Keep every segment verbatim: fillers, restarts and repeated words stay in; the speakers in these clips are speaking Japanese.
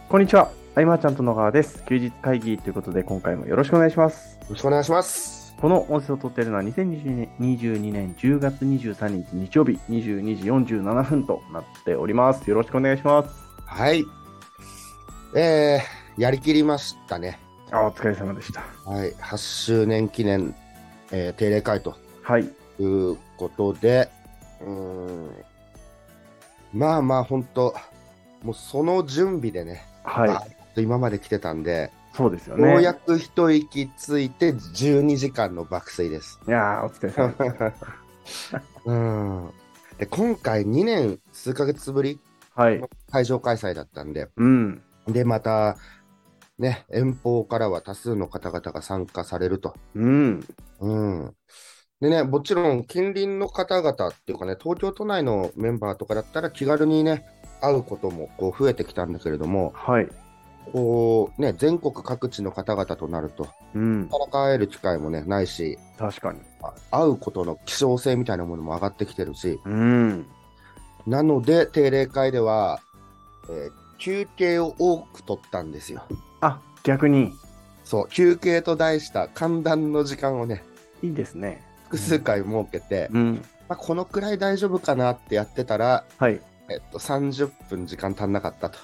こんにちは。あいまーちゃんと野川です。休日会議ということで、今回もよろしくお願いします。 ろしくお願いします。 この音声を撮っているのはにせんにじゅうにねんにじゅうにねんじゅうがつにじゅうさんにち日曜日にじゅうにじよんじゅうななふんとなっております。よろしくお願いします。 はい。えー、やりきりましたね。 あ、お疲れ様でした。 はい。はちしゅうねん記念、えー定例会とはい。 いうことで、うーん、まあまあ、本当もうその準備でね、 はい。 バーッと今まで来てたんで、 そうですよようやね。 く一息ついてじゅうにじかんの爆睡です。 いやー、お疲れ様でした。 うん。で、今回にねん数ヶ月ぶりはい。 の会場開催だったんで、 うん。 で、また、ね、遠方からは多数の方々が参加されると。 うん。 うん。でね、もちろん近隣の方々っていうかね、東京都内のメンバーとかだったら気軽にね、会うこともこう増えてきたんだけれども、 はい。 こうね、全国各地の方々となると、 うん。 なかなか会える機会もね、ないし、 確かに。 あ会うことの希少性みたいなものも上がってきてるし、 うん。 なので定例会では、えー休憩を多く取ったんですよ。 あ、逆に、 そう、休憩と題した歓談の時間をね、 いいですね。 複数回設けて、 うん。うん。 まあ、このくらい大丈夫かなってやってたら、 はい。 えっと、さんじゅっぷん時間足んなかったと。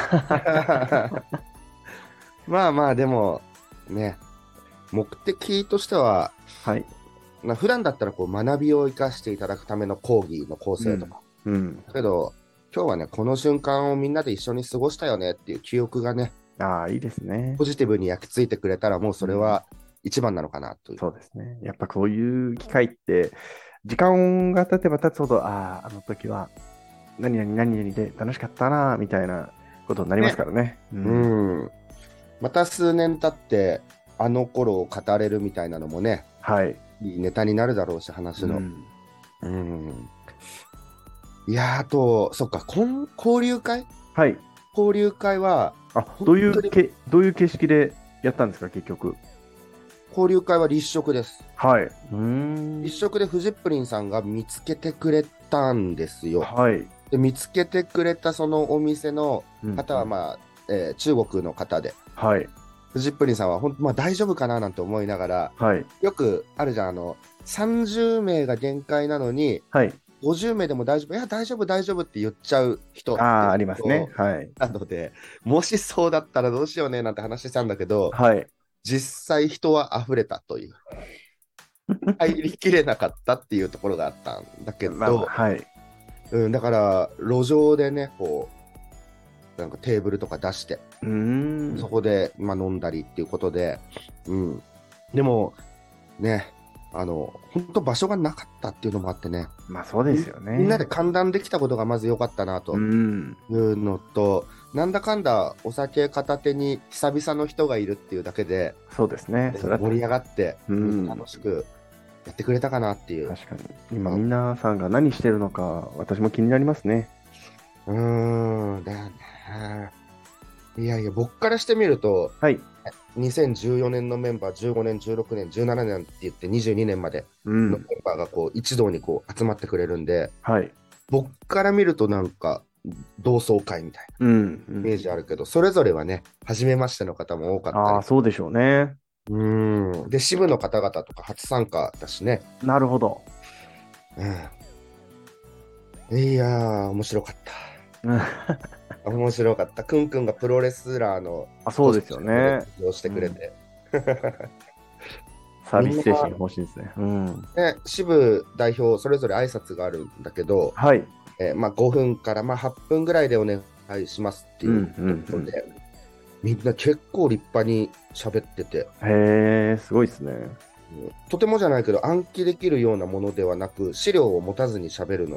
まあまあ、でも、ね、目的としては、 はい。 な普段だったらこう学びを生かしていただくための講義の構うん。 成とか、 うん。 だけど、今日はね、この瞬間をみんなで一緒に過ごしたよねっていう記憶がね、 ああ、いいですね。 ポジティブに焼き付いてくれたら、もううん。 それは一番なのかなという。 そうですね。やっぱこういう機会って、時間が経てば経つほど、ああ、あの時は、何々何々で楽しかったな、みたいなことになりますね。 からね。ううん。 ん。また数年経って、あの頃を語れるみたいなのもね、 はい。 いいネタになるだろうし、話の。 うん。 うん。いやー、あと、そっか、こん交流会はい。 交流会は、 あ、 本どうい当にうけ、どういう形式でやったんですか、結局。 交流会は立食です。 はい。うーん。 立食でフジップリンさんが見つけてくれたんですよ。 はい。 で、見つけてくれたそのお店のうん、 方は、 うん。 まあ、えー中国の方で、 はい。 フジップリンさんは本当、まあ大丈夫かななんて思いながら、 はい。 よくあるじゃん、あの、さんじゅうめいが限界なのに、 はい。 ごじゅうめいでも大丈夫、いや、大丈夫、大丈夫って言っちゃう人ってああ、ありますね。 こはい。 うなので、もしそうだったらどうしようねなんて話したんだけど、 はい。 実際人は溢れたという、入りきれなかったっていうところがあったんだけまあまあ、 ど、 はい。 うん、だから路上でね、こう、なんかテーブルとか出して、 うーん。 そこで、まあ、飲んだりっていうことで、うん。でも、ね、あの、本当場所がなかったっていうのもあってね、 まあそうでみすよみんなでね。 歓談できたことがまず良かったなうとん。 いうのと、なんだかんだお酒片手に久々の人がいるっていうだけで、 そうですね。 えそれだったら、 盛り上がって、 うみんなん。 楽しくやってくれたかなっていう。 確かに。今、皆さんが何してるのか、私も気になりますね。 うーん、だよね。いやいや、僕からしてみると、 はい。 にせんじゅうよねんのメンバー、じゅうごねん、じゅうろくねん、じゅうななねんって言ってにじゅうにねんまでのメうん。 ンバーがこう一堂にこう集まってくれるんで、 はい。 僕から見るとなんか同窓会みたいなうん。うイメージあん。 るけど、それぞれはね、初めましての方も多かったああ、 り、 そうでしょうね。 うーん、で、支部の方々とか初参加だしね、 なるほど。 うん、いやー、面白かった。 うん面白かった。くんくんがプロレスラーのあ、そうですよコスチュームでね。 登場してうん。 くれて、 サーみんな、 ビス精神欲しいですね。うん。 ね、支部代表それぞれ挨拶があるんだけど、 はい。 えーまあ、ごふんからまあはっぷんぐらいでお願いしますってうん、ういうん、うん。 ことで、みんな結構立派に喋ってて、 へえ、すごいですね。 うんとてもじゃないけど暗記できるようなものではなく、資料を持たずに喋るのって、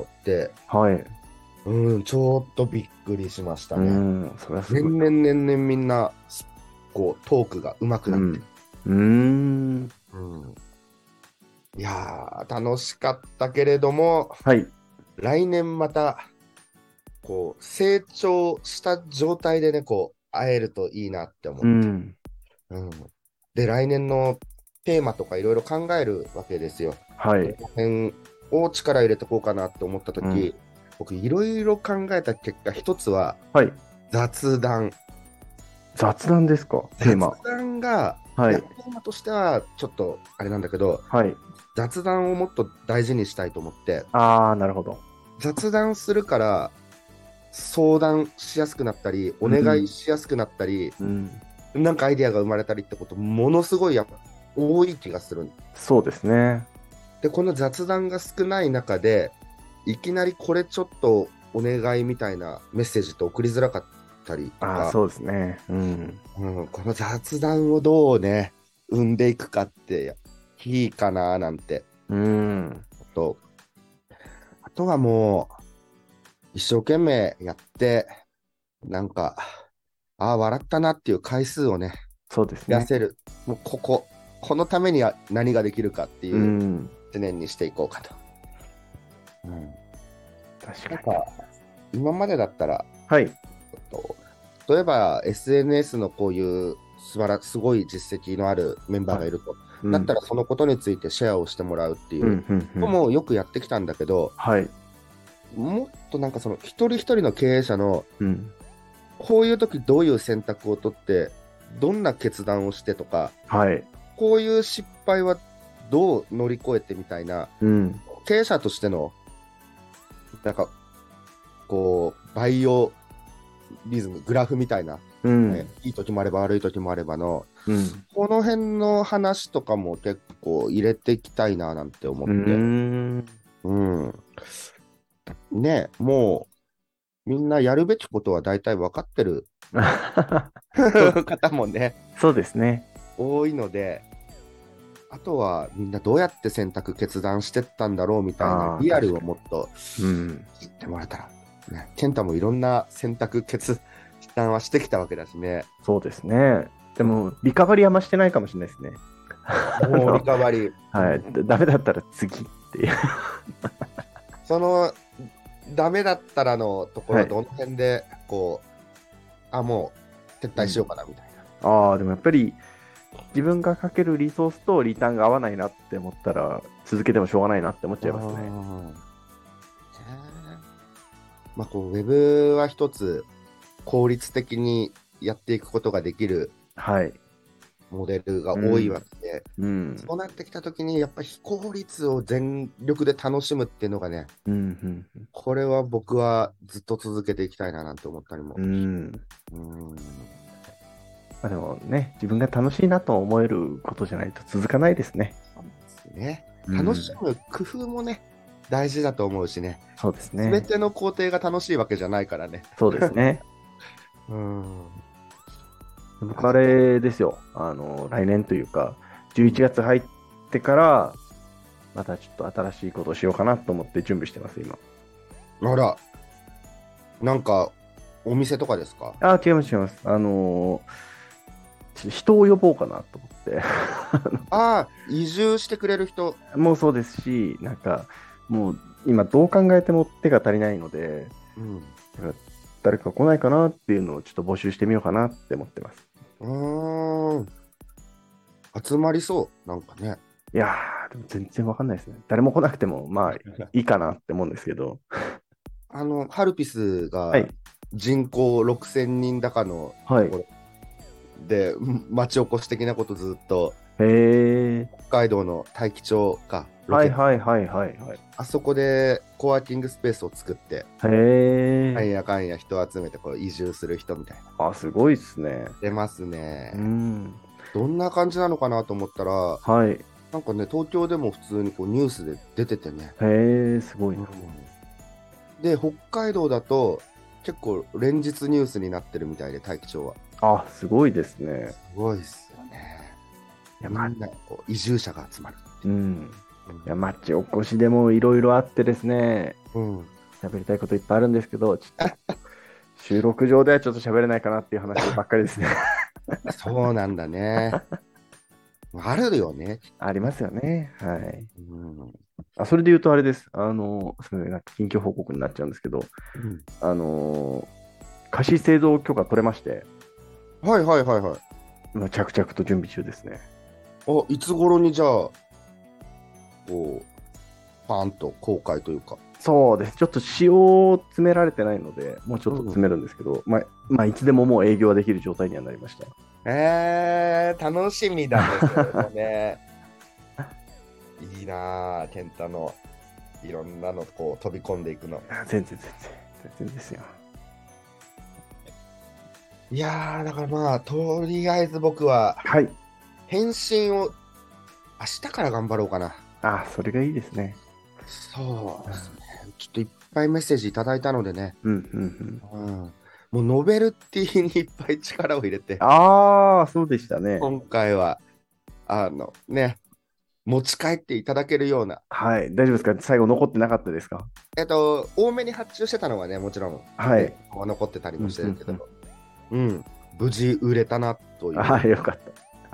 はい。 うん、ちょっとびっくりしましたうね。 ん、それはすごいな。 年々年々みんな、こう、トークが上手くなって。 うん。うーん。 うん、いやー、楽しかったけれども、 はい。 来年また、こう、成長した状態でね、こう、会えるといいなって思って。 うん。 うん。で、来年のテーマとかいろいろ考えるわけですよ。 はい。 どの辺を力入れてこうかなって思ったとうん。 き、僕いろいろ考えた結果、一つははい。 雑談。 雑談ですか、テーマ。 雑談が、 はいい。 やテーマとしてはちょっとあれなんだけど、 はい。 雑談をもっと大事にしたいと思って、 ああ、なるほど。 雑談するから相談しやすくなったり、おう願いん。 しやすくなったり、 うん。 なんかアイデアが生まれたりってこと、ものすごいやっぱ多い気がする。 そうですね。 で、この雑談が少ない中で、いきなりこれちょっとお願いみたいなメッセージって送りづらかったりとああ、 か、 そうですね。うん。 うん、この雑談をどうね、生んでいくかっていいかななんて。 うん。 と、あとはもう、一生懸命やって、なんか、ああ、笑ったなっていう回数をね、 そうですね。 増やせる。もうここ、このためには何ができるかってういうん。 一年にしていこうかと。うん、 確かに。 なんか、今までだったら、 はい。 と例えば エスエヌエス のこういう素晴らすごい実績のあるメンバーはい。 がいると、 うん。 だったらそのことについてシェアをしてもらうっていううん、うん、うのん。 もよくやってきたんだけど、 はい。 もっとなんかその一人一人の経営者のうん。 こういう時どういう選択を取ってどんな決断をしてとか、 はい。 こういう失敗はどう乗り越えてみたいな、 うん。 経営者としてのなんかこうバイオリズムグラフみたいな、 うね、 ん。 いい時もあれば悪い時もあればのうん。 この辺の話とかも結構入れていきたいななんて思うーって。 ん。 うん。ね、もうみんなやるべきことは大体分かってるそう、 方もね、 そうですね。 多いので、あとはみんなどうやって選択決断してったんだろうみたいなああ、 リアルを確かに。 もっとうん。 知ってもらえたら。ね、健太もいろんな選択決断はしてきたわけだしね。 そうですね。でも、リカバリーあんましてないかもしれないですね。あもうリの、 カバリー。 はい。だダメだったら次っていう。 そのダメだったらのとこはい。 ろどの辺でこう、あ、もう撤退しよううん。 かなみたいああ、でもやっぱり自分がかけるリソースとリターンが合わないなって思ったら、続けてもしょうがないなって思っちゃな。 いますね。 あまあ、こうウェブは一つ効率的にやっていくことができるはい。 モデルが多いわうん。 けで、 うん。 そうなってきたときに、やっぱり非効率を全力で楽しむっていうのがね、 うん。 これは僕はずっと続けていきたいななんて思ったりも。 うん。うん。 うん。 まあ、でもね、自分が楽しいなと思えることじゃないと続かないですね。 そうですね。 うん。 楽しむ工夫もね、大事だと思うしね。 そうですすべね。 ての工程が楽しいわけじゃないからね。 そうですね。 うん。 僕あれですよ。あの、来年というか、じゅういちがつ入ってから、またちょっと新しいことをしようかなと思って準備してます、今。 あら、なんか、お店とかですか？ あ、違います、違います。あのー、人を呼ぼうかなと思って。 ああ、移住してくれる人。 もうそうですし、なんか、もう今どう考えても手が足りないので、 うん。 なんか誰か来ないかなっていうのをちょっと募集してみようかなって思ってます。 うーん。集まりそう。なんかね。 いやー、でも全然わかんないですね。誰も来なくても、まあいいかなって思うんですけど。 あの、ハルピスがはい。 人口ろくせんにん高のはい。 ところで、町おこし的なことずっと、 へえ。 北海道の大樹町か、ロはいケ、 はいはいはいはい。 あそこでコワーキングスペースを作って、 へえ。 なんやかんや人を集めてこう移住する人みたいな。 あ、すごいっすね。 出ますうね。 ん。 どんな感じなのかなと思ったら、 はい。 なんかね、東京でも普通にこうニュースで出ててね。 へえ、すごいうん、 な。 で、北海道だと結構連日ニュースになってるみたいで、大樹町は。 あ、すごいですね。 すごいっすよね。 いや、ま、 みんなこう移住者が集まる。 うん。いや、町おこしでもいろいろあってですね、 うん。うん、 喋りたいこといっぱいあるんですけど、ちょっと収録上ではちょっと喋れないかなっていう話ばっかりですね。 そうなんだね。あるよね。 ありますよね。はい。 うん。 あ、それで言うとあれです。あの、すみません、なんか近況報告になっちゃうんですけど、 うん、 あの、菓子製造許可取れまして、 はいはいはいはい。 今着々と準備中ですね。 あ、いつ頃にじゃあ、こう、パーンと公開というか。 そうです。ちょっと塩を詰められてないので、もうちょっと詰めるんですけど、まあ、まあ、いつでももう営業はできる状態にはなりました。 えー、楽しみだね、それもね。いいなぁ、ケンタのいろんなのこう飛び込んでいくの。 あ全然全然、全然ですよ。 いやー、だからまあ、とりあえず僕は、 はい。 返信を明日から頑張ろうかな。 あ、それがいいですね。 そうですね。ちょっといっぱいメッセージいただいたのでね。 うんうんうん。 うん。もうノベルティにいっぱい力を入れて、 ああ、そうでしたね。 今回は、あのね、持ち帰っていただけるような、 はい。大丈夫ですか？最後残ってなかったですか？ えっと、多めに発注してたのはね、もちろん、 はい。 ね、残ってたりもうんしてるけど、 うんうん。 うん、無事売れたなという、 ああ、よかった。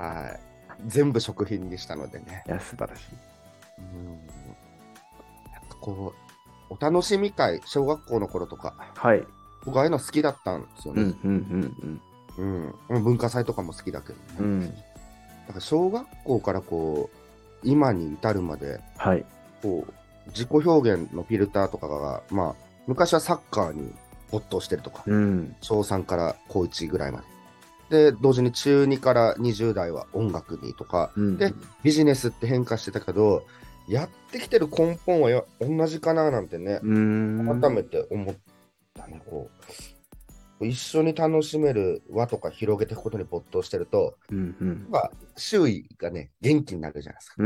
はい、全部食品にしたのでね、 いや、素晴らしい。 うん、なんかこう、お楽しみ会、小学校の頃とか、 はい。 僕、ああいうの好きだったんですよね。 うんうんうんうん文化祭とかも好きだけどね。 うんうん。うん。 だから小学校からこう、今に至るまで、 はい。 こう自己表現のフィルターとかが、まあ、昔はサッカーに没頭してるとか、 うん。 小さんから高いちぐらいまで。で、同時に中にからにじゅう代は音楽にとか、 うん。 で、ビジネスって変化してたけど、やってきてる根本はや同じかななんてね、 うーん。 改めて思ったね。こう一緒に楽しめる輪とか広げていくことに没頭してると、 うんうんまあ、周囲がね、元気になるじゃないですか。 うん、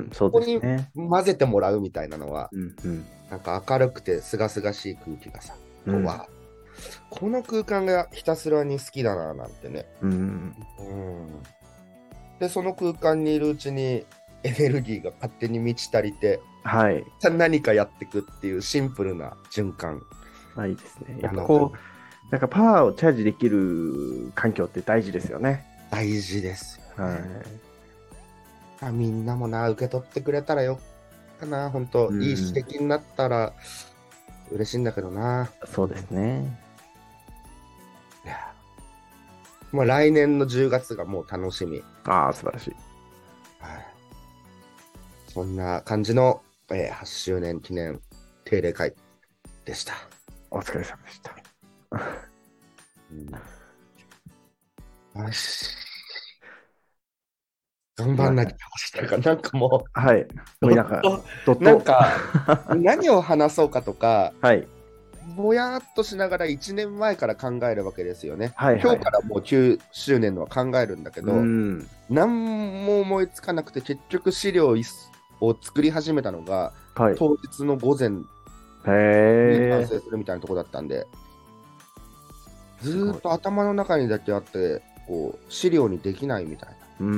そうここにですね。 混ぜてもらうみたいなのは、 うんうんなんか明るくてすがすがしい空気がさ、 うこうんわこの空間がひたすらに好きだななんてね。 うんうんで、その空間にいるうちにエネルギーが勝手に満ち足りて、 はい。 何かやっていくっていうシンプルな循環。 まあいいですね。やっぱこう、なんかパワーをチャージできる環境って大事ですよね。 大事ですよはね。あみんなもな、受け取ってくれたらよかな、本当、 うんいい刺激になったら嬉しいんだけどな。 い。そうですね。 いや、もう来年のじゅうがつがもう楽しみ。 ああ、素晴らしい。 はい、そんな感じの、えー、はちしゅうねん記念定例会でした。 お疲れ様でした。 うん、よし。頑張んなきゃしたか、なんかもはい。もうなんか、どっと。 なんか、何を話そうかとか、 はい。 ぼやっとしながらいちねんまえから考えるわけですよね。 はいはい。 今日からもうきゅうしゅうねんのは考えるんだけど、 うん。 何も思いつかなくて、結局資料を作り始めたのが、 はい。 当日の午前にへえ。 完成するみたいなところだったんで、ずーっと頭の中にだけあって、こう資料にできないみたいな。 うん。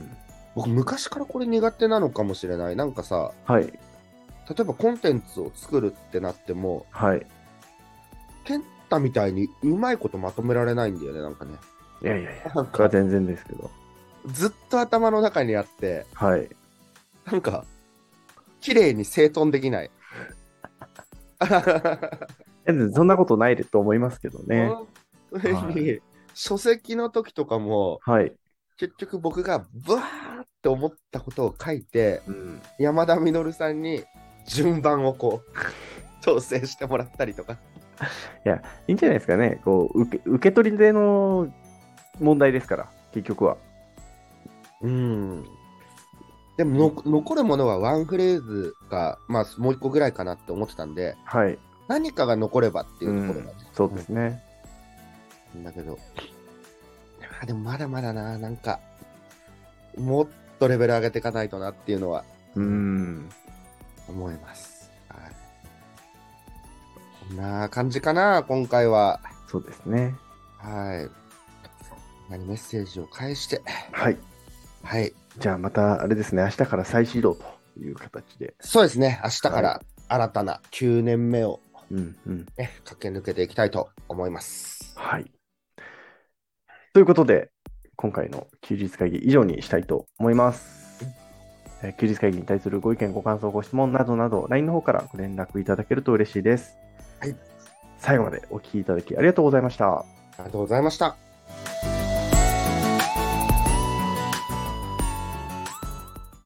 僕、昔からこれ苦手なのかもしれない。なんかさ、 はい。 例えばコンテンツを作るってなっても、 はい。 ケンタみたいにうまいことまとめられないんだよね、なんかね。 いやいやいや、 なんかこれは全然ですけど。 ずっと頭の中にあって、 はい。 なんか、綺麗に整頓できない。 えそんなことないと思いますけどね。 本当に、はい、書籍の時とかも、 はい。 結局僕がブワーって思ったことを書いて、 うん、 山田実さんに順番をこう調整してもらったりとか。 いや、いいんじゃないですかね。こう受け受け取り手の問題ですから、結局は。 うん。でもの、残るものはワンフレーズが、まあ、もう一個ぐらいかなって思ってたんで、 はい。 何かが残ればっていうところが、 うん、そうですね。 だけど、あでもまだまだな、なんか、もっとレベル上げていかないとなっていうのは、 うん、 思います。はい。こんな感じかな、今回は。 そうですね。 はい。何メッセージを返して。 はい。 はい。 じゃあまた、あれですね、明日から再始動という形で。 そうですね、明日から新たなきゅうねんめを、 うんうんね、駆け抜けていきたいと思います。 はい。ということで、今回の休日会議以上にしたいと思います。えー休日会議に対するご意見、ご感想、ご質問などなど、ライン の方からご連絡いただけると嬉しいです。 はい。 最後までお聞きいただきありがとうございました。 ありがとうございました。